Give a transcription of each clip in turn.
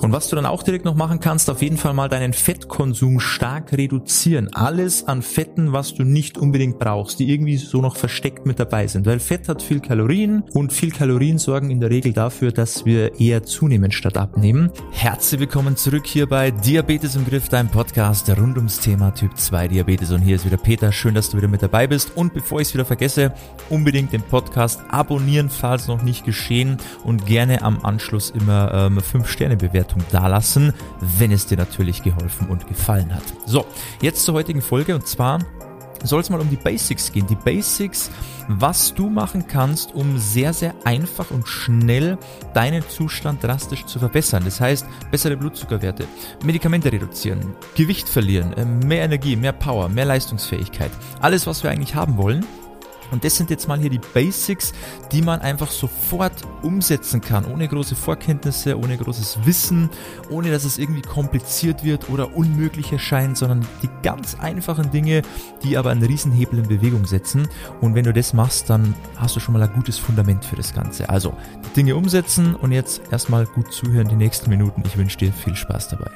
Und was du dann auch direkt noch machen kannst, auf jeden Fall mal deinen Fettkonsum stark reduzieren. Alles an Fetten, was du nicht unbedingt brauchst, die irgendwie so noch versteckt mit dabei sind. Weil Fett hat viel Kalorien und viel Kalorien sorgen in der Regel dafür, dass wir eher zunehmen statt abnehmen. Herzlich willkommen zurück hier bei Diabetes im Griff, deinem Podcast rund ums Thema Typ 2 Diabetes. Und hier ist wieder Peter. Schön, dass du wieder mit dabei bist. Und bevor ich es wieder vergesse, unbedingt den Podcast abonnieren, falls noch nicht geschehen. Und gerne am Anschluss immer 5-Sterne-Bewertung dalassen, wenn es dir natürlich geholfen und gefallen hat. So, jetzt zur heutigen Folge, und zwar soll es mal um die Basics gehen. Die Basics, was du machen kannst, um sehr, sehr einfach und schnell deinen Zustand drastisch zu verbessern. Das heißt, bessere Blutzuckerwerte, Medikamente reduzieren, Gewicht verlieren, mehr Energie, mehr Power, mehr Leistungsfähigkeit. Alles, was wir eigentlich haben wollen. Und das sind jetzt mal hier die Basics, die man einfach sofort umsetzen kann, ohne große Vorkenntnisse, ohne großes Wissen, ohne dass es irgendwie kompliziert wird oder unmöglich erscheint, sondern die ganz einfachen Dinge, die aber einen Riesenhebel in Bewegung setzen. Und wenn du das machst, dann hast du schon mal ein gutes Fundament für das Ganze. Also die Dinge umsetzen und jetzt erstmal gut zuhören die nächsten Minuten. Ich wünsche dir viel Spaß dabei.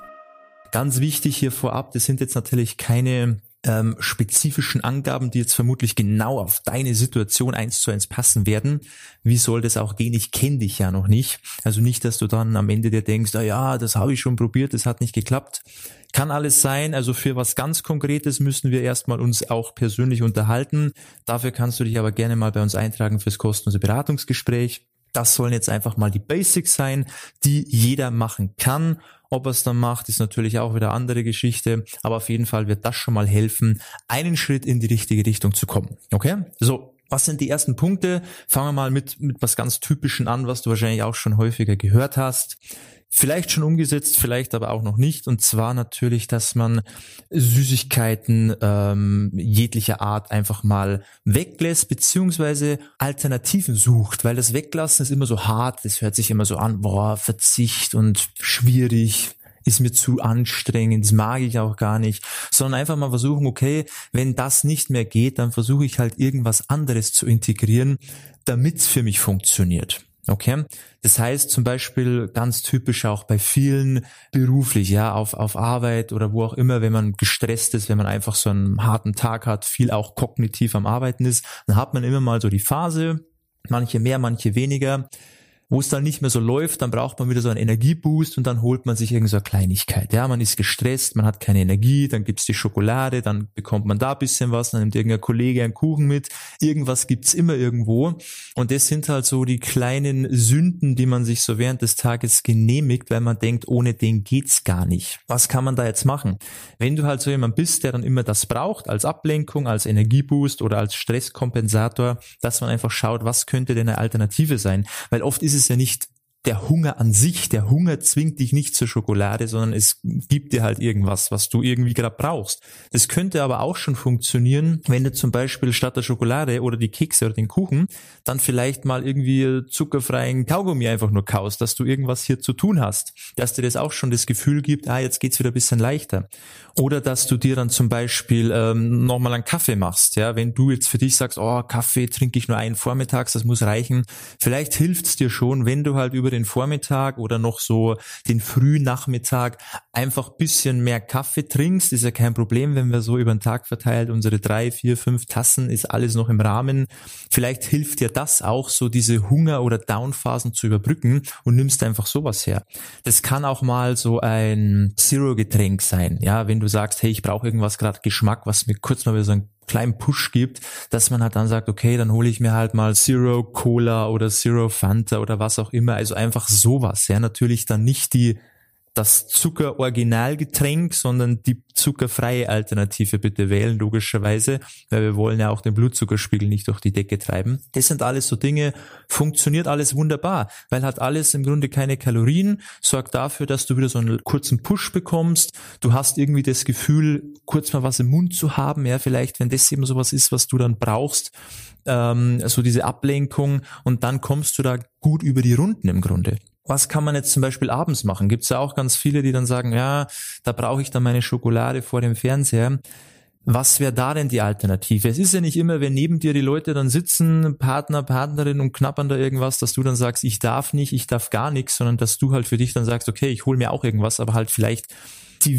Ganz wichtig hier vorab, das sind jetzt natürlich keine spezifischen Angaben, die jetzt vermutlich genau auf deine Situation 1:1 passen werden. Wie soll das auch gehen? Ich kenne dich ja noch nicht. Also nicht, dass du dann am Ende dir denkst, ja, das habe ich schon probiert, das hat nicht geklappt. Kann alles sein. Also für was ganz Konkretes müssen wir erstmal uns auch persönlich unterhalten. Dafür kannst du dich aber gerne mal bei uns eintragen fürs kostenlose Beratungsgespräch. Das sollen jetzt einfach mal die Basics sein, die jeder machen kann. Ob er es dann macht, ist natürlich auch wieder eine andere Geschichte, aber auf jeden Fall wird das schon mal helfen, einen Schritt in die richtige Richtung zu kommen. Okay? So, was sind die ersten Punkte? Fangen wir mal mit was ganz Typischen an, was du wahrscheinlich auch schon häufiger gehört hast. Vielleicht schon umgesetzt, vielleicht aber auch noch nicht. Und zwar natürlich, dass man Süßigkeiten jeglicher Art einfach mal weglässt, beziehungsweise Alternativen sucht. Weil das Weglassen ist immer so hart, das hört sich immer so an, Verzicht und schwierig, ist mir zu anstrengend, das mag ich auch gar nicht. Sondern einfach mal versuchen, okay, wenn das nicht mehr geht, dann versuche ich halt irgendwas anderes zu integrieren, damit es für mich funktioniert. Okay, das heißt zum Beispiel ganz typisch auch bei vielen beruflich, ja, auf Arbeit oder wo auch immer, wenn man gestresst ist, wenn man einfach so einen harten Tag hat, viel auch kognitiv am Arbeiten ist, dann hat man immer mal so die Phase, manche mehr, manche weniger, wo es dann nicht mehr so läuft, dann braucht man wieder so einen Energieboost und dann holt man sich irgend so eine Kleinigkeit. Ja, man ist gestresst, man hat keine Energie, dann gibt's die Schokolade, dann bekommt man da ein bisschen was, dann nimmt irgendein Kollege einen Kuchen mit. Irgendwas gibt's immer irgendwo. Und das sind halt so die kleinen Sünden, die man sich so während des Tages genehmigt, weil man denkt, ohne den geht's gar nicht. Was kann man da jetzt machen? Wenn du halt so jemand bist, der dann immer das braucht, als Ablenkung, als Energieboost oder als Stresskompensator, dass man einfach schaut, was könnte denn eine Alternative sein? Weil oft ist es ja nicht der Hunger an sich. Der Hunger zwingt dich nicht zur Schokolade, sondern es gibt dir halt irgendwas, was du irgendwie gerade brauchst. Das könnte aber auch schon funktionieren, wenn du zum Beispiel statt der Schokolade oder die Kekse oder den Kuchen dann vielleicht mal irgendwie zuckerfreien Kaugummi einfach nur kaust, dass du irgendwas hier zu tun hast, dass dir das auch schon das Gefühl gibt, jetzt geht's wieder ein bisschen leichter. Oder dass du dir dann zum Beispiel nochmal einen Kaffee machst. Ja, wenn du jetzt für dich sagst, Kaffee trinke ich nur einen vormittags, das muss reichen. Vielleicht hilft's dir schon, wenn du halt über den Vormittag oder noch so den Frühnachmittag einfach ein bisschen mehr Kaffee trinkst. Ist ja kein Problem, wenn wir so über den Tag verteilt unsere 3, 4, 5 Tassen, ist alles noch im Rahmen. Vielleicht hilft dir das auch, so diese Hunger- oder Downphasen zu überbrücken und nimmst einfach sowas her. Das kann auch mal so ein Zero-Getränk sein. Ja, wenn du sagst, hey, ich brauche irgendwas gerade Geschmack, was mir kurz mal wieder so einen kleinen Push gibt, dass man halt dann sagt, okay, dann hole ich mir halt mal Zero Cola oder Zero Fanta oder was auch immer, also einfach sowas, ja, natürlich dann nicht das Zucker-Originalgetränk, sondern die zuckerfreie Alternative bitte wählen, logischerweise, weil wir wollen ja auch den Blutzuckerspiegel nicht durch die Decke treiben. Das sind alles so Dinge, funktioniert alles wunderbar, weil hat alles im Grunde keine Kalorien, sorgt dafür, dass du wieder so einen kurzen Push bekommst, du hast irgendwie das Gefühl, kurz mal was im Mund zu haben, ja, vielleicht, wenn das eben sowas ist, was du dann brauchst, so diese Ablenkung, und dann kommst du da gut über die Runden im Grunde. Was kann man jetzt zum Beispiel abends machen? Gibt's ja auch ganz viele, die dann sagen, ja, da brauche ich dann meine Schokolade vor dem Fernseher. Was wäre da denn die Alternative? Es ist ja nicht immer, wenn neben dir die Leute dann sitzen, Partner, Partnerin und knappern da irgendwas, dass du dann sagst, ich darf nicht, ich darf gar nichts, sondern dass du halt für dich dann sagst, okay, ich hole mir auch irgendwas, aber halt vielleicht die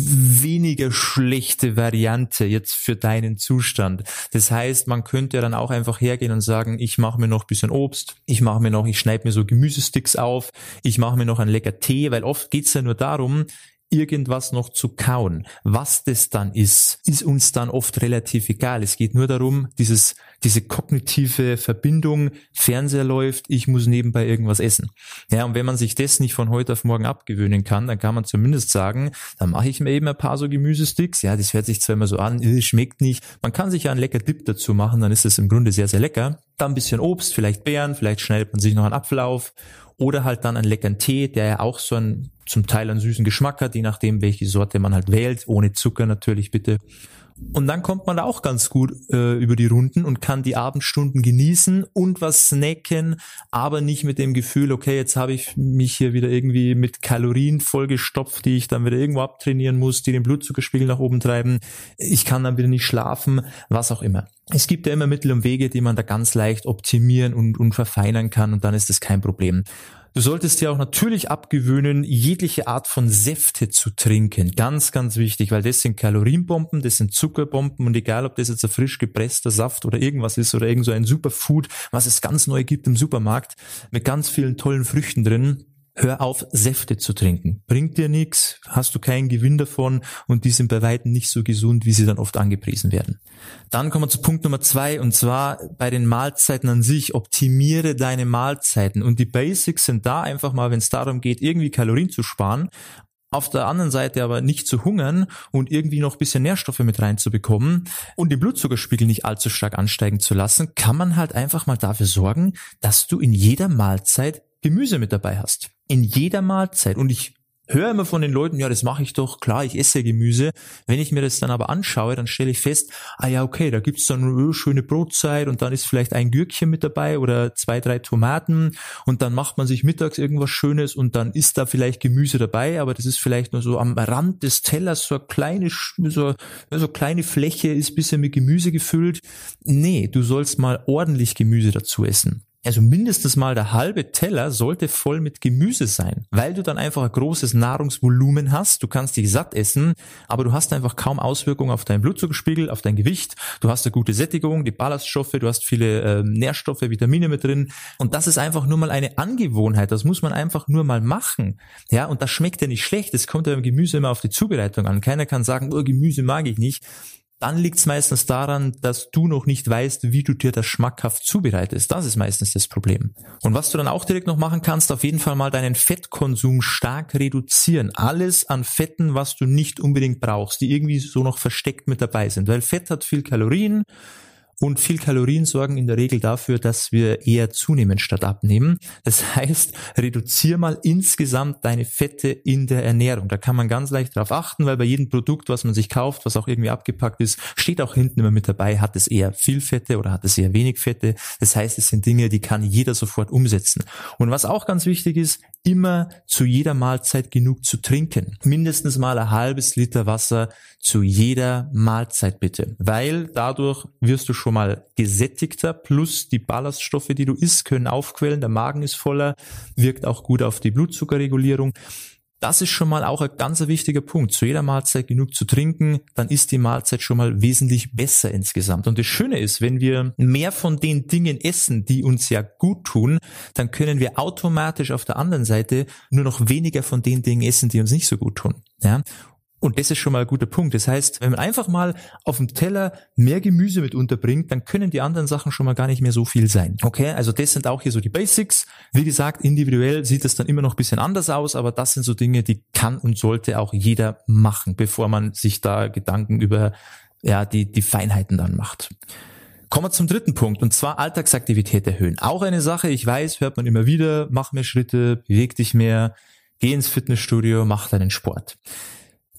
weniger schlechte Variante jetzt für deinen Zustand. Das heißt, man könnte ja dann auch einfach hergehen und sagen, ich mache mir noch ein bisschen Obst, ich schneide mir so Gemüsesticks auf, ich mache mir noch einen lecker Tee, weil oft geht's ja nur darum, irgendwas noch zu kauen. Was das dann ist uns dann oft relativ egal. Es geht nur darum, diese kognitive Verbindung, Fernseher läuft, ich muss nebenbei irgendwas essen. Ja, und wenn man sich das nicht von heute auf morgen abgewöhnen kann, dann kann man zumindest sagen, dann mache ich mir eben ein paar so Gemüsesticks. Ja, das hört sich zwar immer so an, schmeckt nicht. Man kann sich ja einen lecker Dip dazu machen, dann ist es im Grunde sehr, sehr lecker. Dann ein bisschen Obst, vielleicht Beeren, vielleicht schneidet man sich noch einen Apfel auf. Oder halt dann einen leckeren Tee, der ja auch so zum Teil einen süßen Geschmack hat, je nachdem, welche Sorte man halt wählt, ohne Zucker natürlich bitte. Und dann kommt man da auch ganz gut über die Runden und kann die Abendstunden genießen und was snacken, aber nicht mit dem Gefühl, okay, jetzt habe ich mich hier wieder irgendwie mit Kalorien vollgestopft, die ich dann wieder irgendwo abtrainieren muss, die den Blutzuckerspiegel nach oben treiben. Ich kann dann wieder nicht schlafen, was auch immer. Es gibt ja immer Mittel und Wege, die man da ganz leicht optimieren und verfeinern kann und dann ist das kein Problem. Du solltest dir auch natürlich abgewöhnen, jegliche Art von Säfte zu trinken. Ganz, ganz wichtig, weil das sind Kalorienbomben, das sind Zuckerbomben und egal, ob das jetzt ein frisch gepresster Saft oder irgendwas ist oder irgend so ein Superfood, was es ganz neu gibt im Supermarkt, mit ganz vielen tollen Früchten drin. Hör auf, Säfte zu trinken. Bringt dir nichts, hast du keinen Gewinn davon und die sind bei weitem nicht so gesund, wie sie dann oft angepriesen werden. Dann kommen wir zu Punkt Nummer 2 und zwar bei den Mahlzeiten an sich. Optimiere deine Mahlzeiten und die Basics sind da einfach mal, wenn es darum geht, irgendwie Kalorien zu sparen. Auf der anderen Seite aber nicht zu hungern und irgendwie noch ein bisschen Nährstoffe mit reinzubekommen und den Blutzuckerspiegel nicht allzu stark ansteigen zu lassen, kann man halt einfach mal dafür sorgen, dass du in jeder Mahlzeit Gemüse mit dabei hast. In jeder Mahlzeit. Und ich höre immer von den Leuten, ja, das mache ich doch, klar, ich esse Gemüse. Wenn ich mir das dann aber anschaue, dann stelle ich fest, ja, okay, da gibt's dann eine schöne Brotzeit und dann ist vielleicht ein Gürkchen mit dabei oder 2, 3 Tomaten und dann macht man sich mittags irgendwas Schönes und dann ist da vielleicht Gemüse dabei, aber das ist vielleicht nur so am Rand des Tellers so eine kleine Fläche ist ein bisschen mit Gemüse gefüllt. Nee, du sollst mal ordentlich Gemüse dazu essen. Also mindestens mal der halbe Teller sollte voll mit Gemüse sein, weil du dann einfach ein großes Nahrungsvolumen hast. Du kannst dich satt essen, aber du hast einfach kaum Auswirkungen auf deinen Blutzuckerspiegel, auf dein Gewicht. Du hast eine gute Sättigung, die Ballaststoffe, du hast viele Nährstoffe, Vitamine mit drin. Und das ist einfach nur mal eine Angewohnheit. Das muss man einfach nur mal machen. Ja, und das schmeckt ja nicht schlecht. Es kommt ja beim Gemüse immer auf die Zubereitung an. Keiner kann sagen, oh, Gemüse mag ich nicht. Dann liegt es meistens daran, dass du noch nicht weißt, wie du dir das schmackhaft zubereitest. Das ist meistens das Problem. Und was du dann auch direkt noch machen kannst, auf jeden Fall mal deinen Fettkonsum stark reduzieren. Alles an Fetten, was du nicht unbedingt brauchst, die irgendwie so noch versteckt mit dabei sind. Weil Fett hat viel Kalorien. Und viel Kalorien sorgen in der Regel dafür, dass wir eher zunehmen statt abnehmen. Das heißt, reduzier mal insgesamt deine Fette in der Ernährung. Da kann man ganz leicht drauf achten, weil bei jedem Produkt, was man sich kauft, was auch irgendwie abgepackt ist, steht auch hinten immer mit dabei, hat es eher viel Fette oder hat es eher wenig Fette. Das heißt, es sind Dinge, die kann jeder sofort umsetzen. Und was auch ganz wichtig ist, immer zu jeder Mahlzeit genug zu trinken. Mindestens mal ein halbes Liter Wasser zu jeder Mahlzeit bitte. Weil dadurch wirst du schon mal gesättigter, plus die Ballaststoffe, die du isst, können aufquellen, der Magen ist voller, wirkt auch gut auf die Blutzuckerregulierung. Das ist schon mal auch ein ganz wichtiger Punkt. Zu jeder Mahlzeit genug zu trinken, dann ist die Mahlzeit schon mal wesentlich besser insgesamt. Und das Schöne ist, wenn wir mehr von den Dingen essen, die uns ja gut tun, dann können wir automatisch auf der anderen Seite nur noch weniger von den Dingen essen, die uns nicht so gut tun. Ja? Und das ist schon mal ein guter Punkt. Das heißt, wenn man einfach mal auf dem Teller mehr Gemüse mit unterbringt, dann können die anderen Sachen schon mal gar nicht mehr so viel sein. Okay, also das sind auch hier so die Basics. Wie gesagt, individuell sieht es dann immer noch ein bisschen anders aus, aber das sind so Dinge, die kann und sollte auch jeder machen, bevor man sich da Gedanken über die Feinheiten dann macht. Kommen wir zum dritten Punkt, und zwar Alltagsaktivität erhöhen. Auch eine Sache, ich weiß, hört man immer wieder, mach mehr Schritte, beweg dich mehr, geh ins Fitnessstudio, mach deinen Sport.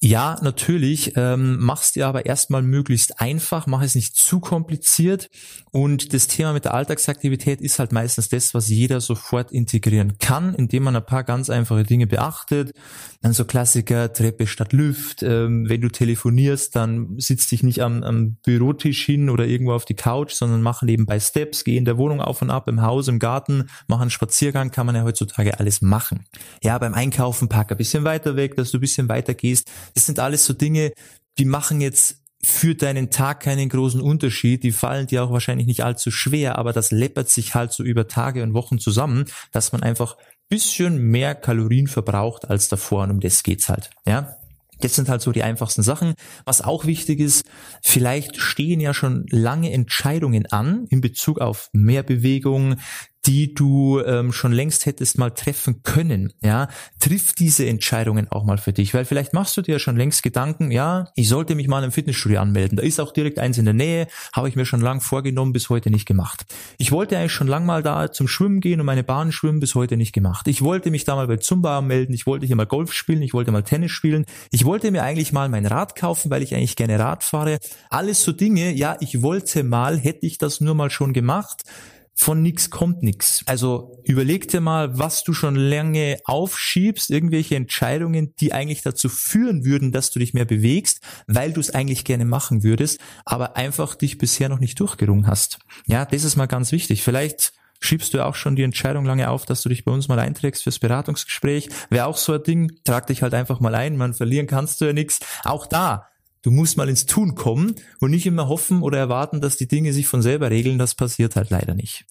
Ja, natürlich, mach's dir aber erstmal möglichst einfach, mach es nicht zu kompliziert, und das Thema mit der Alltagsaktivität ist halt meistens das, was jeder sofort integrieren kann, indem man ein paar ganz einfache Dinge beachtet. Dann so Klassiker, Treppe statt Lift, wenn du telefonierst, dann sitz dich nicht am Bürotisch hin oder irgendwo auf die Couch, sondern mach nebenbei Steps, geh in der Wohnung auf und ab, im Haus, im Garten, mach einen Spaziergang, kann man ja heutzutage alles machen. Ja, beim Einkaufen pack ein bisschen weiter weg, dass du ein bisschen weiter gehst. Das sind alles so Dinge, die machen jetzt für deinen Tag keinen großen Unterschied, die fallen dir auch wahrscheinlich nicht allzu schwer, aber das läppert sich halt so über Tage und Wochen zusammen, dass man einfach ein bisschen mehr Kalorien verbraucht als davor, und um das geht's halt, ja. Das sind halt so die einfachsten Sachen. Was auch wichtig ist, vielleicht stehen ja schon lange Entscheidungen an in Bezug auf mehr Bewegung, die du schon längst hättest mal treffen können, ja. Triff diese Entscheidungen auch mal für dich, weil vielleicht machst du dir ja schon längst Gedanken, ja, ich sollte mich mal im Fitnessstudio anmelden, da ist auch direkt eins in der Nähe, habe ich mir schon lang vorgenommen, bis heute nicht gemacht. Ich wollte eigentlich schon lang mal da zum Schwimmen gehen und meine Bahn schwimmen, bis heute nicht gemacht. Ich wollte mich da mal bei Zumba anmelden, ich wollte hier mal Golf spielen, ich wollte mal Tennis spielen, ich wollte mir eigentlich mal mein Rad kaufen, weil ich eigentlich gerne Rad fahre. Alles so Dinge, ja, ich wollte mal, hätte ich das nur mal schon gemacht. Von nix kommt nix. Also überleg dir mal, was du schon lange aufschiebst, irgendwelche Entscheidungen, die eigentlich dazu führen würden, dass du dich mehr bewegst, weil du es eigentlich gerne machen würdest, aber einfach dich bisher noch nicht durchgerungen hast. Ja, das ist mal ganz wichtig. Vielleicht schiebst du auch schon die Entscheidung lange auf, dass du dich bei uns mal einträgst fürs Beratungsgespräch. Wäre auch so ein Ding, trag dich halt einfach mal ein, man, verlieren kannst du ja nichts. Auch da, du musst mal ins Tun kommen und nicht immer hoffen oder erwarten, dass die Dinge sich von selber regeln. Das passiert halt leider nicht.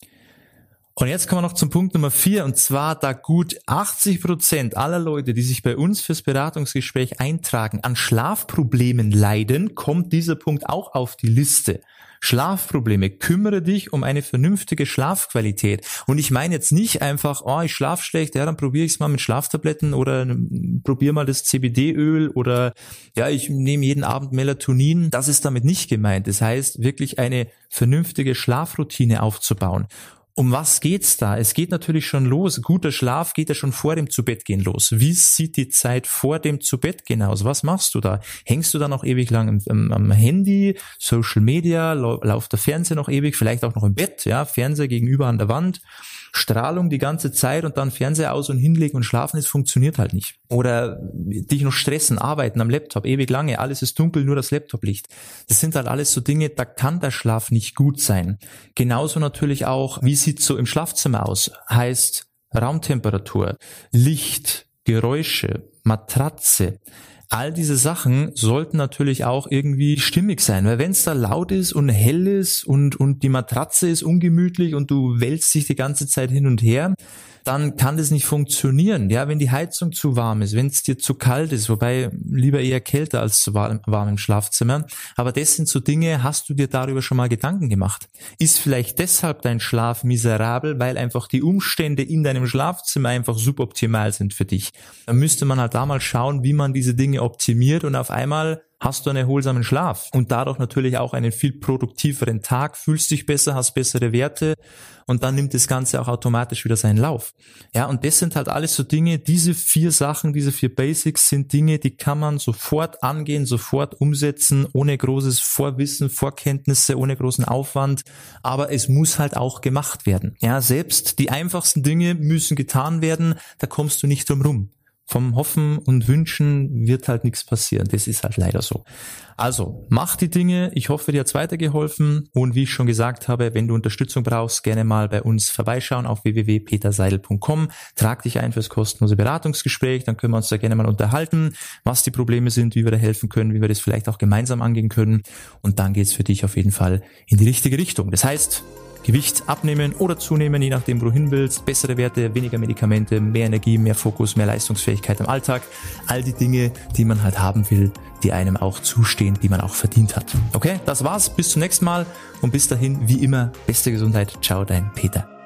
Und jetzt kommen wir noch zum Punkt Nummer 4, und zwar, da gut 80% aller Leute, die sich bei uns fürs Beratungsgespräch eintragen, an Schlafproblemen leiden, kommt dieser Punkt auch auf die Liste. Schlafprobleme. Kümmere dich um eine vernünftige Schlafqualität. Und ich meine jetzt nicht einfach, ich schlafe schlecht, ja, dann probiere ich es mal mit Schlaftabletten oder probiere mal das CBD-Öl oder ja, ich nehme jeden Abend Melatonin. Das ist damit nicht gemeint. Das heißt, wirklich eine vernünftige Schlafroutine aufzubauen. Um was geht's da? Es geht natürlich schon los. Guter Schlaf geht ja schon vor dem Zubettgehen los. Wie sieht die Zeit vor dem Zubettgehen aus? Was machst du da? Hängst du da noch ewig lang am Handy, Social Media, läuft der Fernseher noch ewig, vielleicht auch noch im Bett, ja, Fernseher gegenüber an der Wand, Strahlung die ganze Zeit und dann Fernseher aus und hinlegen und schlafen, das funktioniert halt nicht. Oder dich noch stressen, arbeiten am Laptop, ewig lange, alles ist dunkel, nur das Laptoplicht. Das sind halt alles so Dinge, da kann der Schlaf nicht gut sein. Genauso natürlich auch, wie sieht's so im Schlafzimmer aus? Heißt Raumtemperatur, Licht, Geräusche, Matratze. All diese Sachen sollten natürlich auch irgendwie stimmig sein, weil wenn es da laut ist und hell ist und die Matratze ist ungemütlich und du wälzt dich die ganze Zeit hin und her, dann kann das nicht funktionieren. Ja, wenn die Heizung zu warm ist, wenn es dir zu kalt ist, wobei lieber eher kälter als zu warm im Schlafzimmer. Aber das sind so Dinge, hast du dir darüber schon mal Gedanken gemacht? Ist vielleicht deshalb dein Schlaf miserabel, weil einfach die Umstände in deinem Schlafzimmer einfach suboptimal sind für dich? Dann müsste man halt da mal schauen, wie man diese Dinge optimiert, und auf einmal hast du einen erholsamen Schlaf und dadurch natürlich auch einen viel produktiveren Tag, fühlst dich besser, hast bessere Werte, und dann nimmt das Ganze auch automatisch wieder seinen Lauf. Ja, und das sind halt alles so Dinge, diese 4 Sachen, diese 4 Basics sind Dinge, die kann man sofort angehen, sofort umsetzen, ohne großes Vorwissen, Vorkenntnisse, ohne großen Aufwand, aber es muss halt auch gemacht werden. Ja, selbst die einfachsten Dinge müssen getan werden, da kommst du nicht drum rum. Vom Hoffen und Wünschen wird halt nichts passieren. Das ist halt leider so. Also, mach die Dinge. Ich hoffe, dir hat's weitergeholfen. Und wie ich schon gesagt habe, wenn du Unterstützung brauchst, gerne mal bei uns vorbeischauen auf www.peterseidel.com. Trag dich ein fürs kostenlose Beratungsgespräch. Dann können wir uns da gerne mal unterhalten, was die Probleme sind, wie wir da helfen können, wie wir das vielleicht auch gemeinsam angehen können. Und dann geht's für dich auf jeden Fall in die richtige Richtung. Das heißt, Gewicht abnehmen oder zunehmen, je nachdem, wo du hin willst, bessere Werte, weniger Medikamente, mehr Energie, mehr Fokus, mehr Leistungsfähigkeit im Alltag. All die Dinge, die man halt haben will, die einem auch zustehen, die man auch verdient hat. Okay, das war's. Bis zum nächsten Mal und bis dahin, wie immer, beste Gesundheit. Ciao, dein Peter.